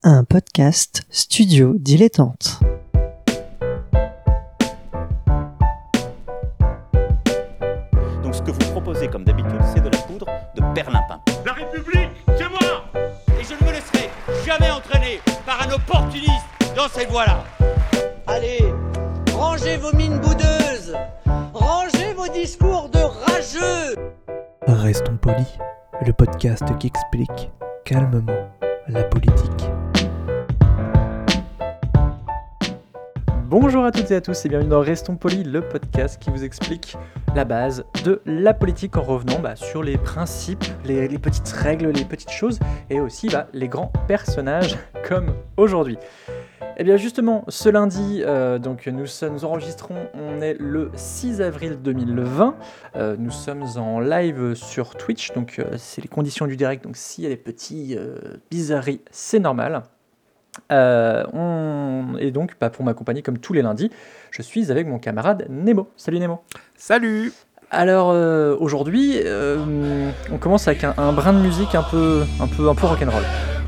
Un podcast Studio Dilettante. Donc ce que vous proposez comme d'habitude, c'est de la poudre de perlimpin. La République, c'est moi! Et je ne me laisserai jamais entraîner par un opportuniste dans cette voie-là. Allez, rangez vos mines boudeuses, rangez vos discours de rageux. Restons polis, le podcast qui explique calmement la politique. Bonjour à toutes et à tous et bienvenue dans Restons Polis, le podcast qui vous explique la base de la politique en revenant sur les principes, les petites règles, les petites choses et aussi les grands personnages comme aujourd'hui. Et bien justement, ce lundi, nous enregistrons, on est le 6 avril 2020, nous sommes en live sur Twitch, donc c'est les conditions du direct, donc s'il y a des petits bizarreries, c'est normal. Et donc, pour m'accompagner comme tous les lundis, je suis avec mon camarade Nemo. Salut Nemo. Salut. Alors aujourd'hui, on commence avec un brin de musique un peu rock'n'roll.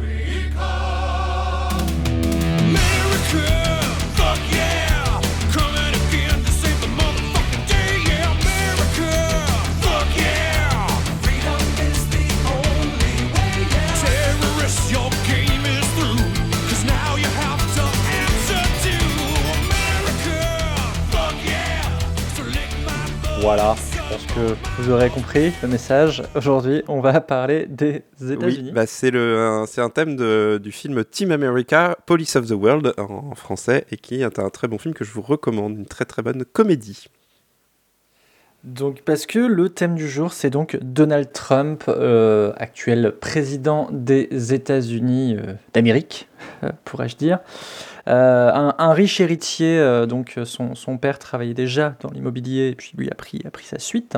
Voilà, je pense que vous aurez compris le message. Aujourd'hui, on va parler des États-Unis. Oui, c'est un thème du film Team America, Police of the World en français, et qui est un très bon film que je vous recommande, une très très bonne comédie. Donc, parce que le thème du jour, c'est donc Donald Trump, actuel président des États-Unis d'Amérique, pourrais-je dire. Un riche héritier, donc son père travaillait déjà dans l'immobilier et puis lui a pris sa suite.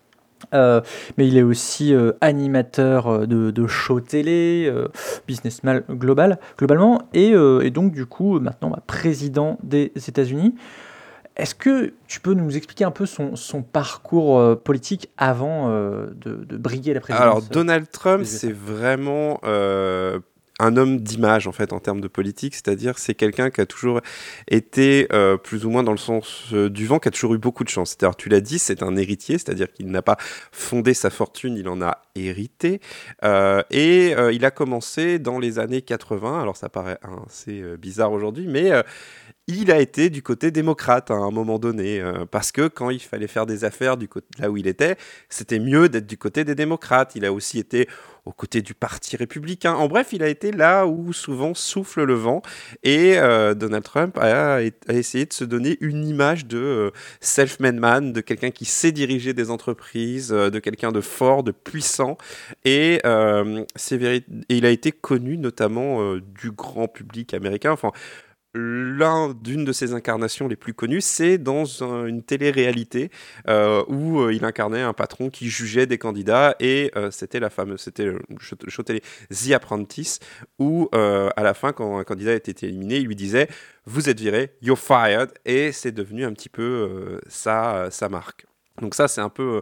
Mais il est aussi animateur de shows télé, businessman globalement, et donc du coup maintenant président des États-Unis. Est-ce que tu peux nous expliquer un peu son parcours politique avant de briguer la présidence? Alors Donald Trump, c'est vraiment un homme d'image en fait en termes de politique, c'est-à-dire c'est quelqu'un qui a toujours été plus ou moins dans le sens du vent, qui a toujours eu beaucoup de chance. C'est-à-dire, tu l'as dit, c'est un héritier, c'est-à-dire qu'il n'a pas fondé sa fortune, il en a hérité, et il a commencé dans les années 80. Alors ça paraît assez bizarre aujourd'hui, mais il a été du côté démocrate à un moment donné, parce que quand il fallait faire des affaires du côté là où il était, c'était mieux d'être du côté des démocrates. Il a aussi été aux côtés du parti républicain. En bref, il a été là où souvent souffle le vent, et Donald Trump a essayé de se donner une image de self-made man, de quelqu'un qui sait diriger des entreprises, de quelqu'un de fort, de puissant, et il a été connu notamment du grand public américain. Enfin, d'une de ses incarnations les plus connues, c'est dans une télé-réalité où il incarnait un patron qui jugeait des candidats, et c'était le show télé The Apprentice, où à la fin, quand un candidat était éliminé, il lui disait « Vous êtes viré, you're fired », et c'est devenu un petit peu sa marque. Donc ça, c'est un peu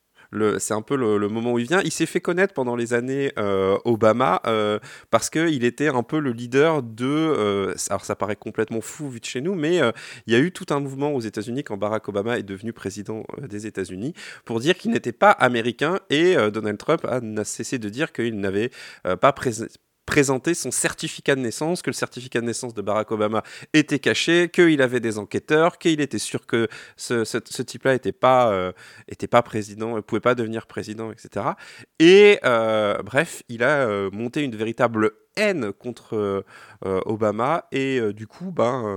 le moment où il vient. Il s'est fait connaître pendant les années Obama parce qu'il était un peu le leader alors ça paraît complètement fou vu de chez nous, mais il y a eu tout un mouvement aux États-Unis quand Barack Obama est devenu président des États-Unis pour dire qu'il n'était pas américain, et Donald Trump n'a cessé de dire qu'il n'avait pas présenter son certificat de naissance, que le certificat de naissance de Barack Obama était caché, qu'il avait des enquêteurs, qu'il était sûr que ce type-là n'était pas président, ne pouvait pas devenir président, etc. Et bref, il a monté une véritable haine contre Obama, et du coup,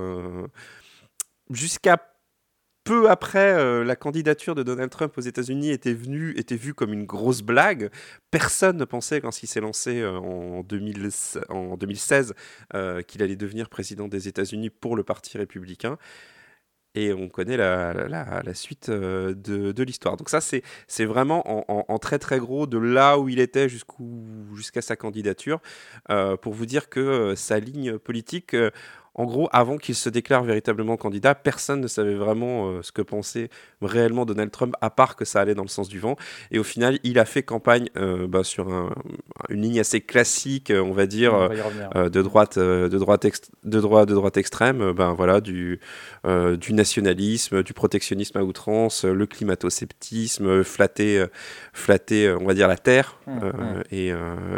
jusqu'à peu après, la candidature de Donald Trump aux États-Unis était vue comme une grosse blague. Personne ne pensait, quand il s'est lancé en 2016, qu'il allait devenir président des États-Unis pour le Parti républicain. Et on connaît la suite de l'histoire. Donc ça, c'est vraiment en très très gros de là où il était jusqu'à sa candidature, pour vous dire que sa ligne politique, en gros, avant qu'il se déclare véritablement candidat, personne ne savait vraiment ce que pensait réellement Donald Trump, à part que ça allait dans le sens du vent. Et au final, il a fait campagne sur une ligne assez classique, on va dire, de droite extrême, voilà, du nationalisme, du protectionnisme à outrance, le climato-sceptisme, flatter, on va dire, la terre et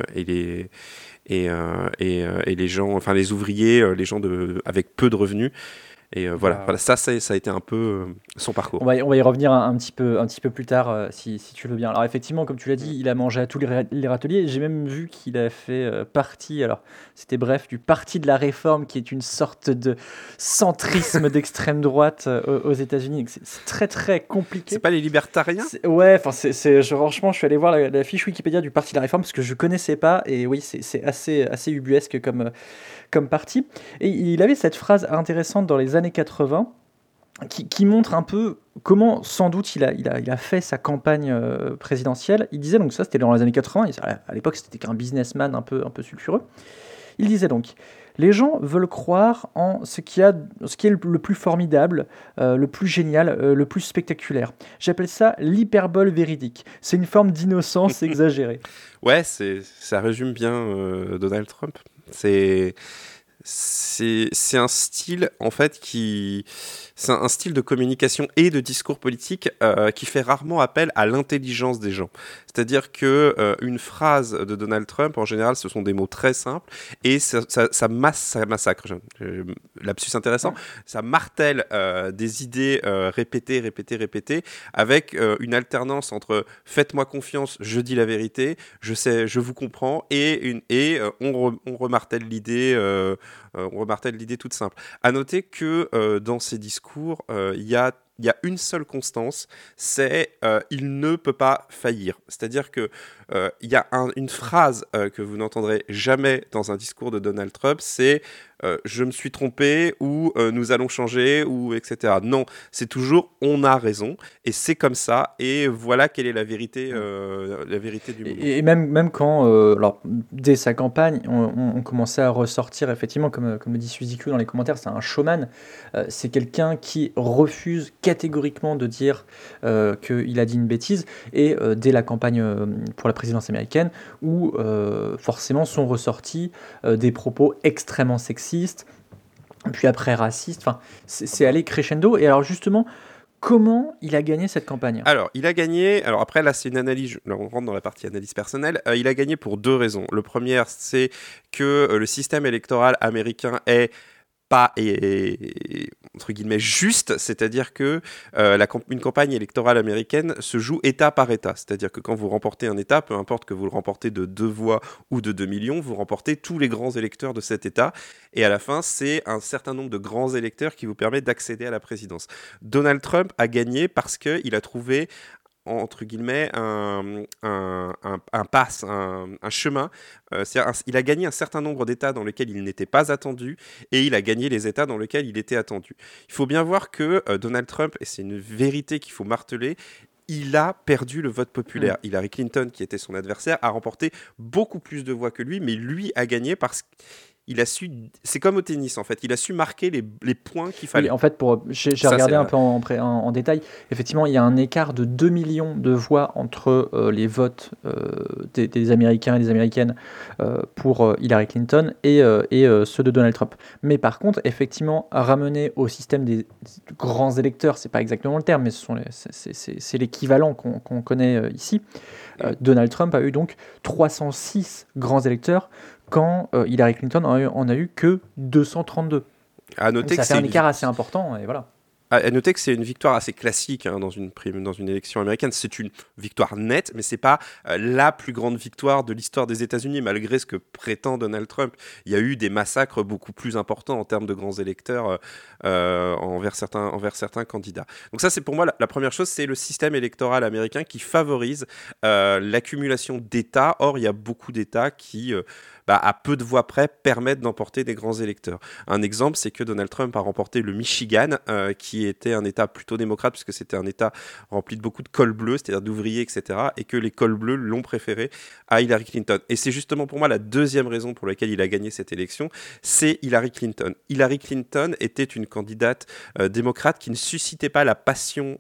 les gens, enfin les ouvriers, les gens avec peu de revenus. Et voilà, ça a été un peu son parcours. On va y revenir un petit peu plus tard, si tu veux bien. Alors effectivement, comme tu l'as dit, il a mangé à tous les râteliers. J'ai même vu qu'il a fait partie, alors c'était bref, du Parti de la Réforme, qui est une sorte de centrisme d'extrême droite aux États-Unis. C'est très très compliqué. C'est pas les libertariens ? Franchement, je suis allé voir la fiche Wikipédia du Parti de la Réforme parce que je connaissais pas. Et oui, c'est assez ubuesque comme parti. Et il avait cette phrase intéressante dans les années 80 qui montre un peu comment, sans doute, il a fait sa campagne présidentielle. Il disait, donc ça c'était dans les années 80, à l'époque c'était qu'un businessman un peu sulfureux. Il disait donc: les gens veulent croire en ce qui est le plus formidable, le plus génial, le plus spectaculaire. J'appelle ça l'hyperbole véridique. C'est une forme d'innocence exagérée. Ouais, ça résume bien Donald Trump. C'est un style, en fait, c'est un style de communication et de discours politique qui fait rarement appel à l'intelligence des gens. C'est-à-dire que une phrase de Donald Trump, en général, ce sont des mots très simples et ça massacre. Lapsus intéressant. Ça martèle des idées répétées, avec une alternance entre faites-moi confiance, je dis la vérité, je sais, je vous comprends, et on remartèle l'idée. On remartèle l'idée toute simple. À noter que dans ces discours, il y a une seule constance, c'est il ne peut pas faillir. C'est-à-dire que il y a une phrase que vous n'entendrez jamais dans un discours de Donald Trump, c'est je me suis trompé ou nous allons changer ou etc. Non, c'est toujours on a raison et c'est comme ça et voilà quelle est la vérité du moment. Et même quand, alors dès sa campagne, on commençait à ressortir effectivement, comme le dit Suzy Q dans les commentaires, c'est un showman. C'est quelqu'un qui refuse catégoriquement de dire qu'il a dit une bêtise et dès la campagne pour la présidence américaine où forcément sont ressortis des propos extrêmement sexistes, puis après racistes, enfin c'est allé crescendo. Et alors justement, comment il a gagné cette campagne ? Alors, il a gagné, alors après là c'est une analyse, là on rentre dans la partie analyse personnelle, il a gagné pour deux raisons. Le premier, c'est que le système électoral américain est pas entre guillemets juste, c'est-à-dire que une campagne électorale américaine se joue État par État, c'est-à-dire que quand vous remportez un État, peu importe que vous le remportez de 2 voix ou de 2 millions, vous remportez tous les grands électeurs de cet État, et à la fin, c'est un certain nombre de grands électeurs qui vous permet d'accéder à la présidence. Donald Trump a gagné parce qu'il a trouvé entre guillemets un chemin. Il a gagné un certain nombre d'États dans lesquels il n'était pas attendu et il a gagné les États dans lesquels il était attendu. Il faut bien voir que Donald Trump, et c'est une vérité qu'il faut marteler, il a perdu le vote populaire. Hillary Clinton, qui était son adversaire, a remporté beaucoup plus de voix que lui, mais lui a gagné parce qu'il a su, c'est comme au tennis en fait, il a su marquer les points qu'il fallait. Oui, en fait, j'ai regardé un peu en détail. Effectivement, il y a un écart de 2 millions de voix entre les votes des Américains et des Américaines pour Hillary Clinton et ceux de Donald Trump. Mais par contre, effectivement, ramener au système des grands électeurs, c'est pas exactement le terme, mais c'est l'équivalent qu'on connaît ici. Donald Trump a eu donc 306 grands électeurs quand Hillary Clinton en a eu que 232. À noter ça fait un écart assez important, et voilà. À noter que c'est une victoire assez classique dans une élection américaine. C'est une victoire nette, mais c'est pas la plus grande victoire de l'histoire des États-Unis, malgré ce que prétend Donald Trump. Il y a eu des massacres beaucoup plus importants en termes de grands électeurs envers certains candidats. Donc ça, c'est pour moi la première chose, c'est le système électoral américain qui favorise l'accumulation d'États. Or, il y a beaucoup d'États qui à peu de voix près, permettent d'emporter des grands électeurs. Un exemple, c'est que Donald Trump a remporté le Michigan, qui était un État plutôt démocrate, puisque c'était un État rempli de beaucoup de cols bleus, c'est-à-dire d'ouvriers, etc., et que les cols bleus l'ont préféré à Hillary Clinton. Et c'est justement pour moi la deuxième raison pour laquelle il a gagné cette élection, c'est Hillary Clinton. Hillary Clinton était une candidate démocrate qui ne suscitait pas la passion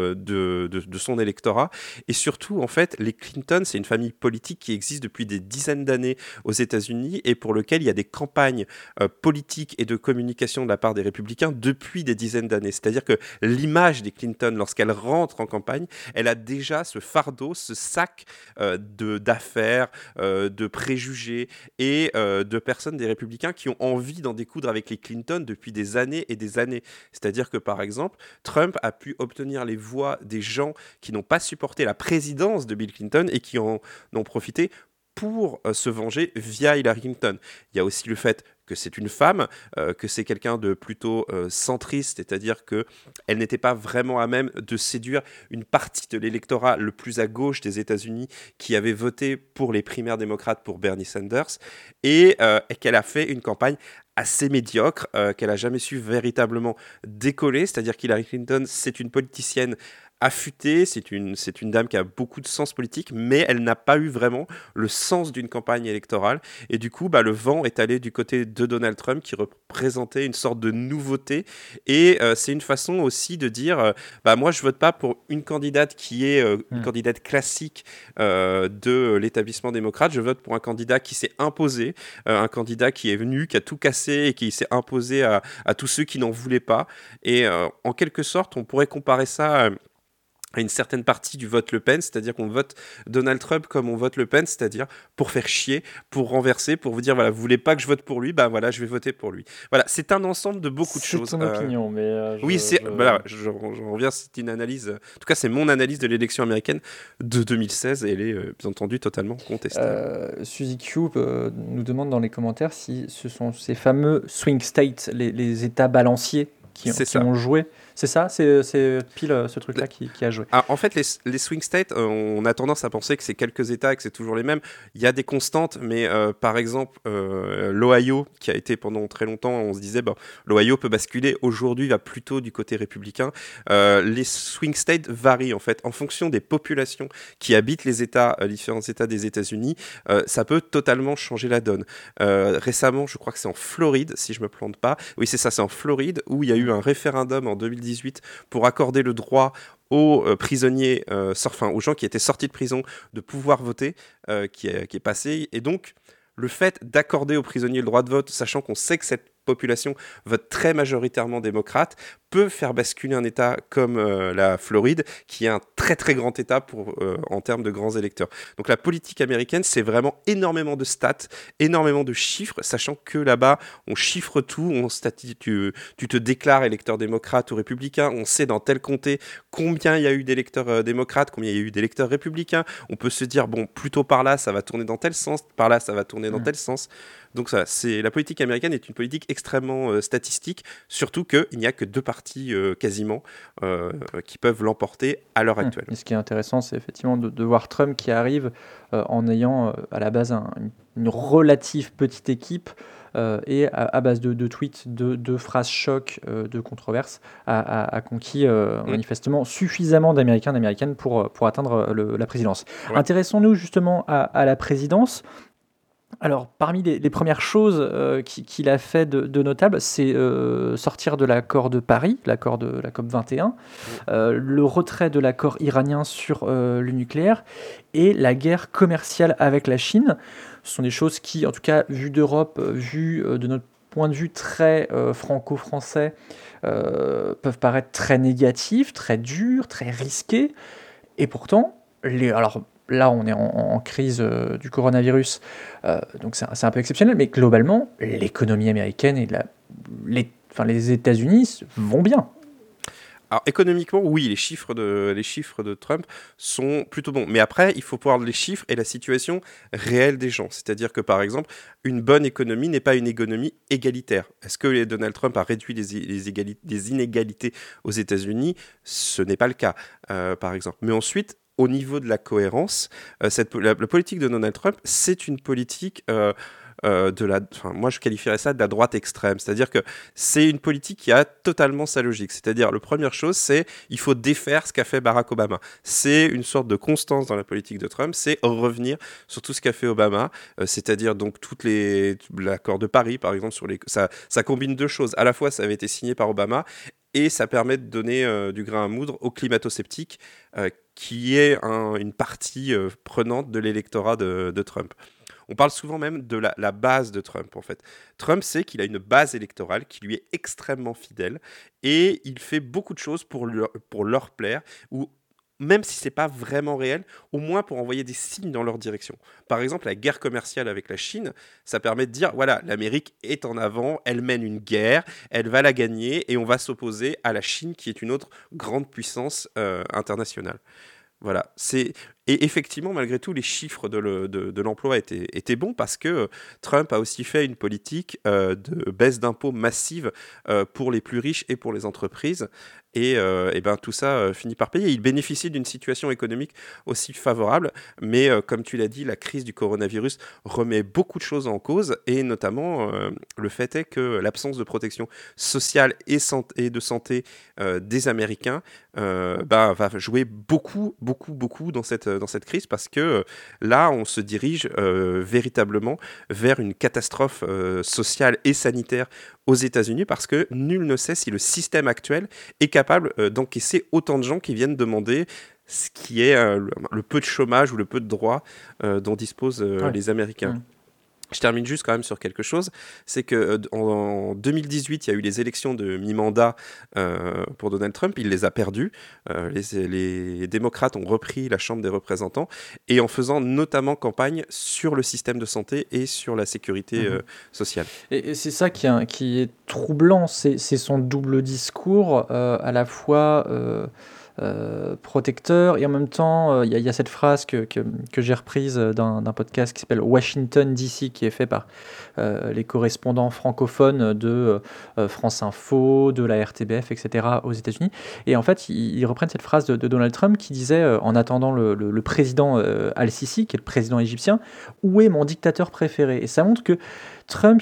de son électorat. Et surtout, en fait, les Clinton, c'est une famille politique qui existe depuis des dizaines d'années aux États-Unis et pour lequel il y a des campagnes politiques et de communication de la part des républicains depuis des dizaines d'années. C'est-à-dire que l'image des Clinton, lorsqu'elle rentre en campagne, elle a déjà ce fardeau, ce sac d'affaires, de préjugés et de personnes des républicains qui ont envie d'en découdre avec les Clinton depuis des années et des années. C'est-à-dire que, par exemple, Trump a pu obtenir les voix des gens qui n'ont pas supporté la présidence de Bill Clinton et qui en ont profité pour se venger via Hillary Clinton. Il y a aussi le fait que c'est une femme, que c'est quelqu'un de plutôt centriste, c'est-à-dire qu'elle n'était pas vraiment à même de séduire une partie de l'électorat le plus à gauche des États-Unis qui avait voté pour les primaires démocrates pour Bernie Sanders, et qu'elle a fait une campagne assez médiocre, qu'elle n'a jamais su véritablement décoller, c'est-à-dire qu'Hillary Clinton, c'est une politicienne affûtée, c'est une dame qui a beaucoup de sens politique, mais elle n'a pas eu vraiment le sens d'une campagne électorale. Et du coup, le vent est allé du côté de Donald Trump, qui représentait une sorte de nouveauté. Et c'est une façon aussi de dire, moi, je vote pas pour une candidate qui est une candidate classique de l'établissement démocrate. Je vote pour un candidat qui s'est imposé, un candidat qui est venu, qui a tout cassé et qui s'est imposé à tous ceux qui n'en voulaient pas. Et en quelque sorte, on pourrait comparer ça à une certaine partie du vote Le Pen, c'est-à-dire qu'on vote Donald Trump comme on vote Le Pen, c'est-à-dire pour faire chier, pour renverser, pour vous dire, voilà, vous voulez pas que je vote pour lui, voilà, je vais voter pour lui. Voilà, c'est un ensemble de beaucoup de choses. C'est ton opinion, mais... oui, je reviens, c'est une analyse, en tout cas, c'est mon analyse de l'élection américaine de 2016, et elle est, bien entendu, totalement contestable. Suzy Q nous demande dans les commentaires si ce sont ces fameux swing states, les États balanciers qui ont joué. C'est ça, c'est pile ce truc-là qui a joué. En fait, les swing states, on a tendance à penser que c'est quelques États et que c'est toujours les mêmes. Il y a des constantes, mais par exemple, l'Ohio, qui a été pendant très longtemps, on se disait, l'Ohio peut basculer. Aujourd'hui, il va plutôt du côté républicain. Les swing states varient, en fait, en fonction des populations qui habitent les différents États des États-Unis. Ça peut totalement changer la donne. Récemment, je crois que c'est en Floride, si je ne me plante pas. Oui, c'est ça, c'est en Floride, où il y a eu un référendum en 2018 pour accorder le droit aux prisonniers, aux gens qui étaient sortis de prison, de pouvoir voter, qui est passé. Et donc, le fait d'accorder aux prisonniers le droit de vote, sachant qu'on sait que cette population vote très majoritairement démocrate, peut faire basculer un État comme la Floride, qui est un très très grand État en termes de grands électeurs. Donc la politique américaine, c'est vraiment énormément de stats, énormément de chiffres, sachant que là-bas, on chiffre tout, tu te déclares électeur démocrate ou républicain, on sait dans tel comté combien il y a eu d'électeurs démocrates, combien il y a eu d'électeurs républicains, on peut se dire, plutôt par là, ça va tourner dans tel sens, par là, ça va tourner dans tel sens. Donc la politique américaine est une politique extrêmement statistique, surtout qu'il n'y a que deux partis quasiment qui peuvent l'emporter à l'heure actuelle. Et ce qui est intéressant, c'est effectivement de voir Trump qui arrive en ayant à la base une relative petite équipe et à base de tweets, de phrases chocs, de controverses, a conquis manifestement suffisamment d'Américains et d'Américaines pour atteindre la présidence. Ouais. Intéressons-nous justement à la présidence. Alors, parmi les premières choses qu'il a fait de notable, c'est sortir de l'accord de Paris, l'accord de la COP21, le retrait de l'accord iranien sur le nucléaire et la guerre commerciale avec la Chine. Ce sont des choses qui, en tout cas, vues d'Europe, vues de notre point de vue très franco-français, peuvent paraître très négatives, très dures, très risquées. Et pourtant, là, on est en crise du coronavirus, donc c'est un peu exceptionnel, mais globalement, l'économie américaine et les États-Unis vont bien. Alors économiquement, oui, les chiffres de Trump sont plutôt bons. Mais après, il faut voir les chiffres et la situation réelle des gens. C'est-à-dire que, par exemple, une bonne économie n'est pas une économie égalitaire. Est-ce que Donald Trump a réduit les inégalités aux États-Unis ? Ce n'est pas le cas, par exemple. Mais ensuite, au niveau de la cohérence, la politique de Donald Trump, c'est une politique moi je qualifierais ça de la droite extrême, c'est-à-dire que c'est une politique qui a totalement sa logique, c'est-à-dire la première chose c'est il faut défaire ce qu'a fait Barack Obama, c'est une sorte de constance dans la politique de Trump, c'est revenir sur tout ce qu'a fait Obama, c'est-à-dire donc l'accord de Paris par exemple, ça combine deux choses, à la fois ça avait été signé par Obama et ça permet de donner du grain à moudre aux climato-sceptiques qui est une partie prenante de l'électorat de Trump. On parle souvent même de la base de Trump, en fait. Trump sait qu'il a une base électorale qui lui est extrêmement fidèle et il fait beaucoup de choses pour leur plaire, ou même si c'est pas vraiment réel, au moins pour envoyer des signes dans leur direction. Par exemple, la guerre commerciale avec la Chine, ça permet de dire, voilà, l'Amérique est en avant, elle mène une guerre, elle va la gagner et on va s'opposer à la Chine qui est une autre grande puissance internationale. Voilà, et effectivement, malgré tout, les chiffres de l'emploi étaient bons parce que Trump a aussi fait une politique de baisse d'impôts massive pour les plus riches et pour les entreprises. Et tout ça finit par payer. Il bénéficie d'une situation économique aussi favorable, mais comme tu l'as dit, la crise du coronavirus remet beaucoup de choses en cause, et notamment le fait est que l'absence de protection sociale et de santé des Américains va jouer beaucoup dans cette crise, parce que là, on se dirige véritablement vers une catastrophe sociale et sanitaire aux États-Unis, parce que nul ne sait si le système actuel est capable d'encaisser autant de gens qui viennent demander ce qui est le peu de chômage ou le peu de droits dont disposent les Américains. Mmh. Je termine juste quand même sur quelque chose, c'est qu'en 2018, il y a eu les élections de mi-mandat pour Donald Trump, il les a perdues, les démocrates ont repris la Chambre des représentants, et en faisant notamment campagne sur le système de santé et sur la sécurité sociale. Et c'est ça qui est troublant, c'est son double discours, à la fois... protecteur, et en même temps il y a cette phrase que j'ai reprise d'un podcast qui s'appelle Washington DC, qui est fait par les correspondants francophones de France Info, de la RTBF, etc. aux États-Unis, et en fait ils reprennent cette phrase de Donald Trump qui disait en attendant le président Al-Sisi, qui est le président égyptien, où est mon dictateur préféré? Et ça montre que Trump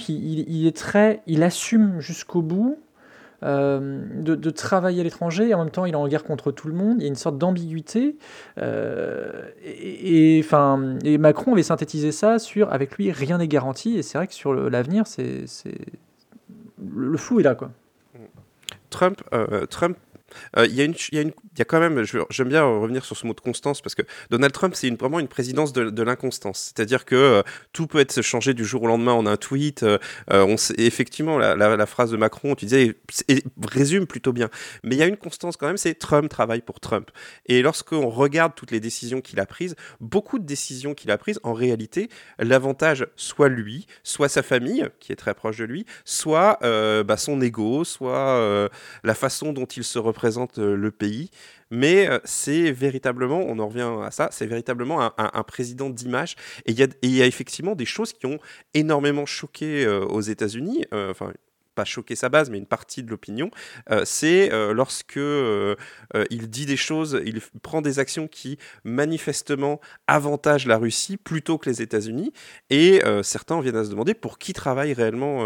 il assume jusqu'au bout de travailler à l'étranger, et en même temps il est en guerre contre tout le monde. Il y a une sorte d'ambiguïté, et Macron avait synthétisé ça sur avec lui rien n'est garanti, et c'est vrai que sur l'avenir le flou est là, quoi. Trump il y a quand même, j'aime bien revenir sur ce mot de constance, parce que Donald Trump, c'est vraiment une présidence de l'inconstance. C'est-à-dire que tout peut être changé du jour au lendemain en un tweet. Effectivement, la phrase de Macron, tu disais, résume plutôt bien. Mais il y a une constance quand même, c'est Trump travaille pour Trump. Et lorsqu'on regarde toutes les décisions qu'il a prises, beaucoup de décisions qu'il a prises, en réalité, l'avantage, soit lui, soit sa famille, qui est très proche de lui, soit son ego, soit la façon dont il se représente le pays. Mais c'est véritablement, on en revient à ça, c'est véritablement un président d'image. Et il y a effectivement des choses qui ont énormément choqué aux États-Unis, pas choquer sa base, mais une partie de l'opinion, c'est lorsque il dit des choses, il prend des actions qui manifestement avantagent la Russie plutôt que les États-Unis, et certains viennent à se demander pour qui travaille réellement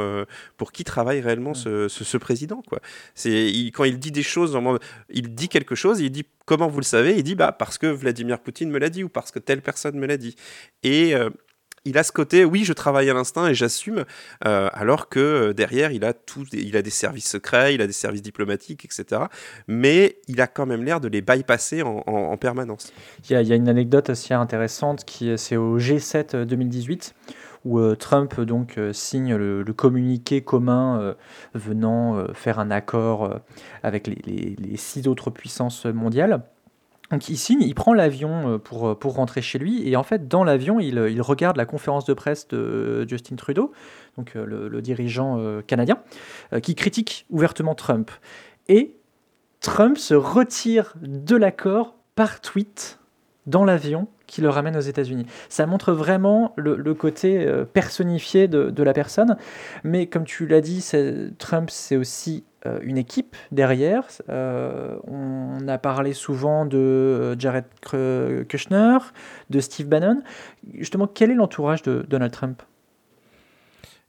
ce président, quoi. Quand il dit des choses, il dit quelque chose, il dit comment vous le savez, il dit parce que Vladimir Poutine me l'a dit, ou parce que telle personne me l'a dit, et il a ce côté, oui, je travaille à l'instinct et j'assume, alors que derrière, il a des services secrets, il a des services diplomatiques, etc. Mais il a quand même l'air de les bypasser en permanence. Il y a une anecdote assez intéressante, c'est au G7 2018, où Trump signe le communiqué commun venant faire un accord avec les 6 autres puissances mondiales. Donc il signe, il prend l'avion pour rentrer chez lui, et en fait dans l'avion il regarde la conférence de presse de Justin Trudeau, donc le dirigeant canadien, qui critique ouvertement Trump. Et Trump se retire de l'accord par tweet dans l'avion qui le ramène aux États-Unis. Ça montre vraiment le côté personnifié de la personne, mais comme tu l'as dit, Trump c'est aussi une équipe derrière. On a parlé souvent de Jared Kushner, de Steve Bannon. Justement, quel est l'entourage de Donald Trump ?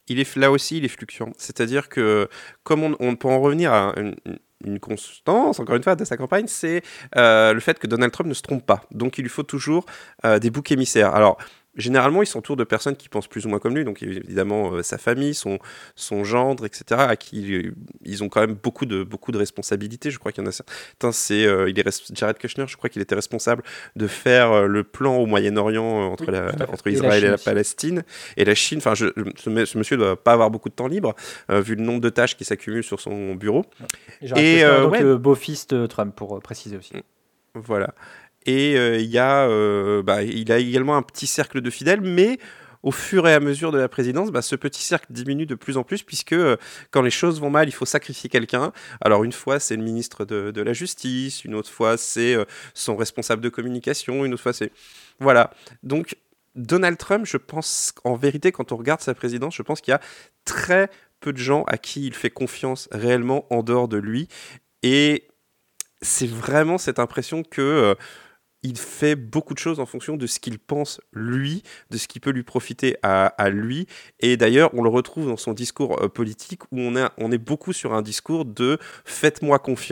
Là aussi, il est fluctuant. C'est-à-dire que, comme on peut en revenir à une constance, encore une fois, de sa campagne, c'est le fait que Donald Trump ne se trompe pas. Donc, il lui faut toujours des boucs émissaires. Alors, généralement, il s'entoure de personnes qui pensent plus ou moins comme lui, donc évidemment sa famille, son gendre, etc., à qui ils ont quand même beaucoup de responsabilités. Je crois qu'il y en a certains, Jared Kushner, je crois qu'il était responsable de faire le plan au Moyen-Orient entre Israël et la Palestine, et la Chine. Enfin, ce monsieur ne doit pas avoir beaucoup de temps libre, vu le nombre de tâches qui s'accumulent sur son bureau. Et donc le beau-fils de Trump, pour préciser aussi. Voilà. Et il a également un petit cercle de fidèles, mais au fur et à mesure de la présidence, ce petit cercle diminue de plus en plus, puisque quand les choses vont mal, il faut sacrifier quelqu'un. Alors une fois, c'est le ministre de la Justice, une autre fois, c'est son responsable de communication, une autre fois, c'est... Voilà. Donc, Donald Trump, je pense, en vérité, quand on regarde sa présidence, je pense qu'il y a très peu de gens à qui il fait confiance réellement en dehors de lui. Et c'est vraiment cette impression que... il fait beaucoup de choses en fonction de ce qu'il pense lui, de ce qui peut lui profiter à lui. Et d'ailleurs, on le retrouve dans son discours politique où on est beaucoup sur un discours de « faites-moi confiance ».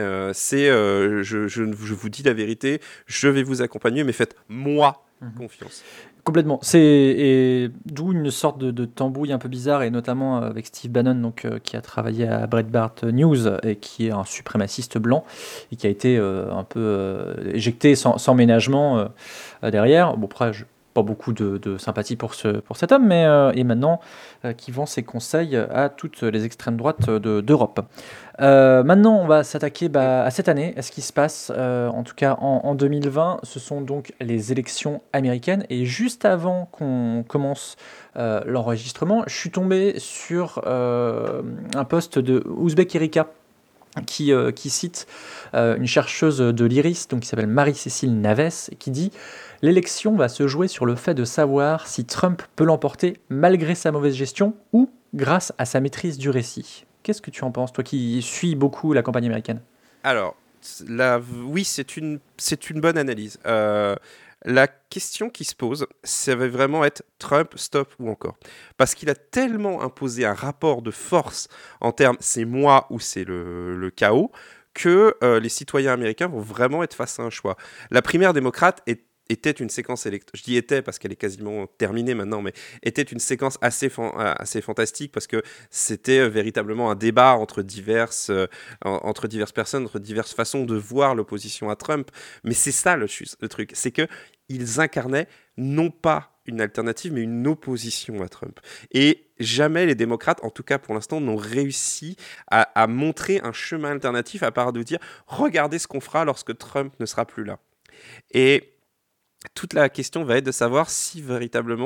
Je vous dis la vérité, je vais vous accompagner, mais faites-moi confiance. Complètement. Et d'où une sorte de tambouille un peu bizarre, et notamment avec Steve Bannon, donc, qui a travaillé à Breitbart News et qui est un suprémaciste blanc et qui a été un peu éjecté sans ménagement derrière. Bon, après, pas beaucoup de sympathie pour cet homme, mais et maintenant qui vend ses conseils à toutes les extrêmes droites d'Europe. Maintenant, on va s'attaquer à cette année, à ce qui se passe, en tout cas en 2020. Ce sont donc les élections américaines. Et juste avant qu'on commence l'enregistrement, je suis tombé sur un post de Ouzbek Erika qui cite une chercheuse de l'IRIS, donc qui s'appelle Marie-Cécile Naves, qui dit « L'élection va se jouer sur le fait de savoir si Trump peut l'emporter malgré sa mauvaise gestion ou grâce à sa maîtrise du récit. » Qu'est-ce que tu en penses, toi qui suis beaucoup la campagne américaine ? Alors, oui, c'est une bonne analyse. La question qui se pose, ça va vraiment être Trump, stop ou encore. Parce qu'il a tellement imposé un rapport de force en termes c'est moi ou c'est le chaos, que les citoyens américains vont vraiment être face à un choix. La primaire démocrate était une séquence électorale, je dis était parce qu'elle est quasiment terminée maintenant, mais était une séquence assez fantastique parce que c'était véritablement un débat entre diverses personnes, entre diverses façons de voir l'opposition à Trump. Mais c'est ça le truc, c'est qu'ils incarnaient non pas une alternative, mais une opposition à Trump. Et jamais les démocrates, en tout cas pour l'instant, n'ont réussi à montrer un chemin alternatif à part de dire « Regardez ce qu'on fera lorsque Trump ne sera plus là ». Et toute la question va être de savoir si véritablement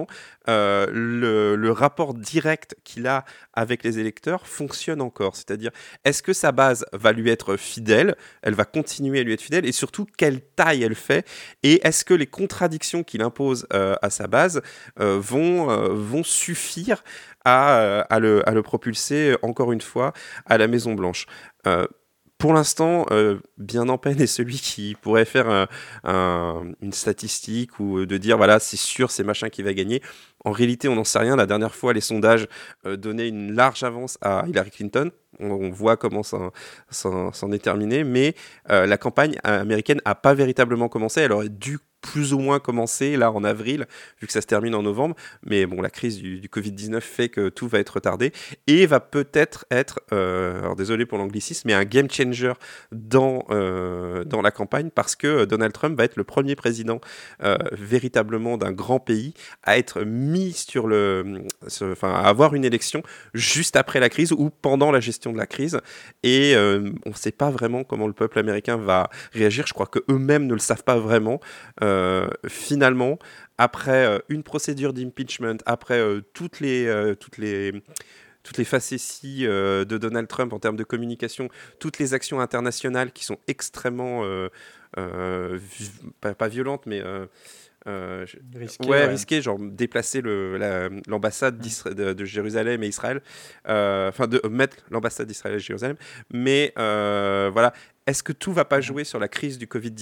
le rapport direct qu'il a avec les électeurs fonctionne encore. C'est-à-dire, est-ce que sa base va lui être fidèle ? Elle va continuer à lui être fidèle ? Et surtout, quelle taille elle fait ? Et est-ce que les contradictions qu'il impose à sa base vont suffire à le propulser, encore une fois, à la Maison-Blanche ? Pour l'instant, bien en peine est celui qui pourrait faire une statistique ou de dire voilà, c'est sûr, c'est machin qui va gagner. En réalité, on n'en sait rien. La dernière fois, les sondages donnaient une large avance à Hillary Clinton. On voit comment ça s'en est terminé. Mais la campagne américaine n'a pas véritablement commencé. Elle aurait dû plus ou moins commencer là en avril, vu que ça se termine en novembre. Mais bon, la crise du Covid-19 fait que tout va être retardé et va peut-être être, alors désolé pour l'anglicisme, mais un game changer dans la campagne parce que Donald Trump va être le premier président véritablement d'un grand pays à être mis à avoir une élection juste après la crise ou pendant la gestion de la crise. Et on ne sait pas vraiment comment le peuple américain va réagir. Je crois qu'eux-mêmes ne le savent pas vraiment. Finalement, après une procédure d'impeachment, après toutes les facéties de Donald Trump en termes de communication, toutes les actions internationales qui sont extrêmement pas violentes, mais risquées, genre déplacer l'ambassade de Jérusalem et Israël, de mettre l'ambassade d'Israël à Jérusalem, mais voilà, est-ce que tout va pas jouer sur la crise du Covid-19 ?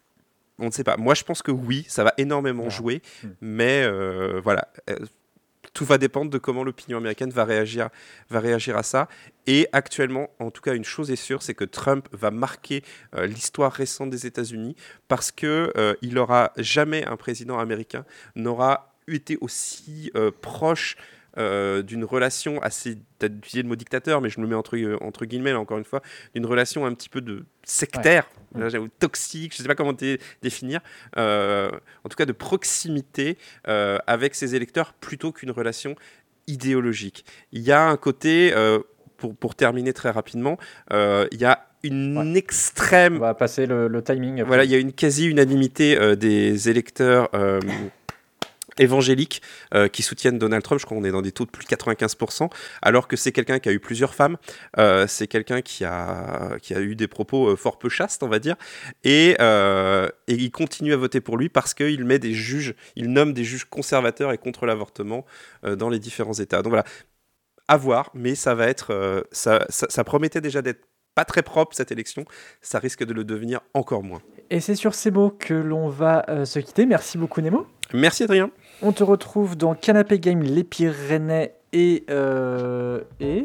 On ne sait pas. Moi, je pense que oui, ça va énormément jouer, mais voilà. tout va dépendre de comment l'opinion américaine va réagir à ça. Et actuellement, en tout cas, une chose est sûre, c'est que Trump va marquer l'histoire récente des États-Unis parce que il aura jamais un président américain n'aura été aussi proche d'une relation assez, tu as utilisé le mot dictateur, mais je me mets entre guillemets, là, encore une fois, d'une relation un petit peu de sectaire, là, j'avoue, toxique, je ne sais pas comment définir, en tout cas de proximité avec ses électeurs plutôt qu'une relation idéologique. Il y a un côté, pour terminer très rapidement, il y a une extrême... On va passer le timing. Après. Voilà, il y a une quasi-unanimité des électeurs... évangéliques qui soutiennent Donald Trump. Je crois qu'on est dans des taux de plus de 95%, alors que c'est quelqu'un qui a eu plusieurs femmes, c'est quelqu'un qui a eu des propos fort peu chastes, on va dire, et il continue à voter pour lui parce qu'il nomme des juges conservateurs et contre l'avortement dans les différents États. Donc voilà, à voir, mais ça va être... ça promettait déjà d'être pas très propre cette élection, ça risque de le devenir encore moins. Et c'est sur ces mots que l'on va se quitter. Merci beaucoup Nemo. Merci Adrien. On te retrouve dans Canapé Game Les Pyrénées et à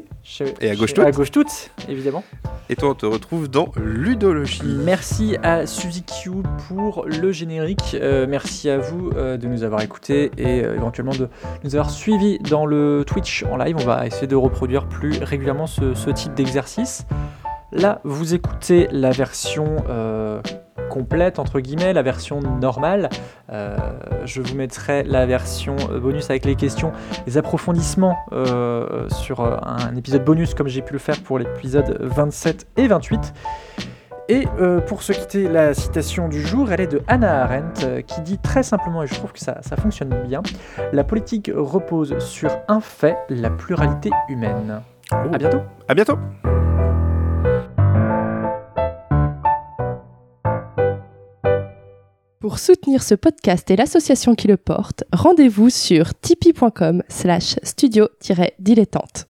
gauche toutes, évidemment. Et toi, on te retrouve dans Ludologie. Merci à Suzy Q pour le générique. Merci à vous de nous avoir écoutés et éventuellement de nous avoir suivis dans le Twitch en live. On va essayer de reproduire plus régulièrement ce type d'exercice. Là, vous écoutez la version complète, entre guillemets, la version normale. Je vous mettrai la version bonus avec les questions, les approfondissements sur un épisode bonus comme j'ai pu le faire pour l'épisode 27 et 28. Et pour se quitter, la citation du jour, elle est de Hannah Arendt qui dit très simplement, et je trouve que ça fonctionne bien, « La politique repose sur un fait, la pluralité humaine ». À bientôt. À bientôt. Pour soutenir ce podcast et l'association qui le porte, rendez-vous sur tipeee.com/studio-dilettante.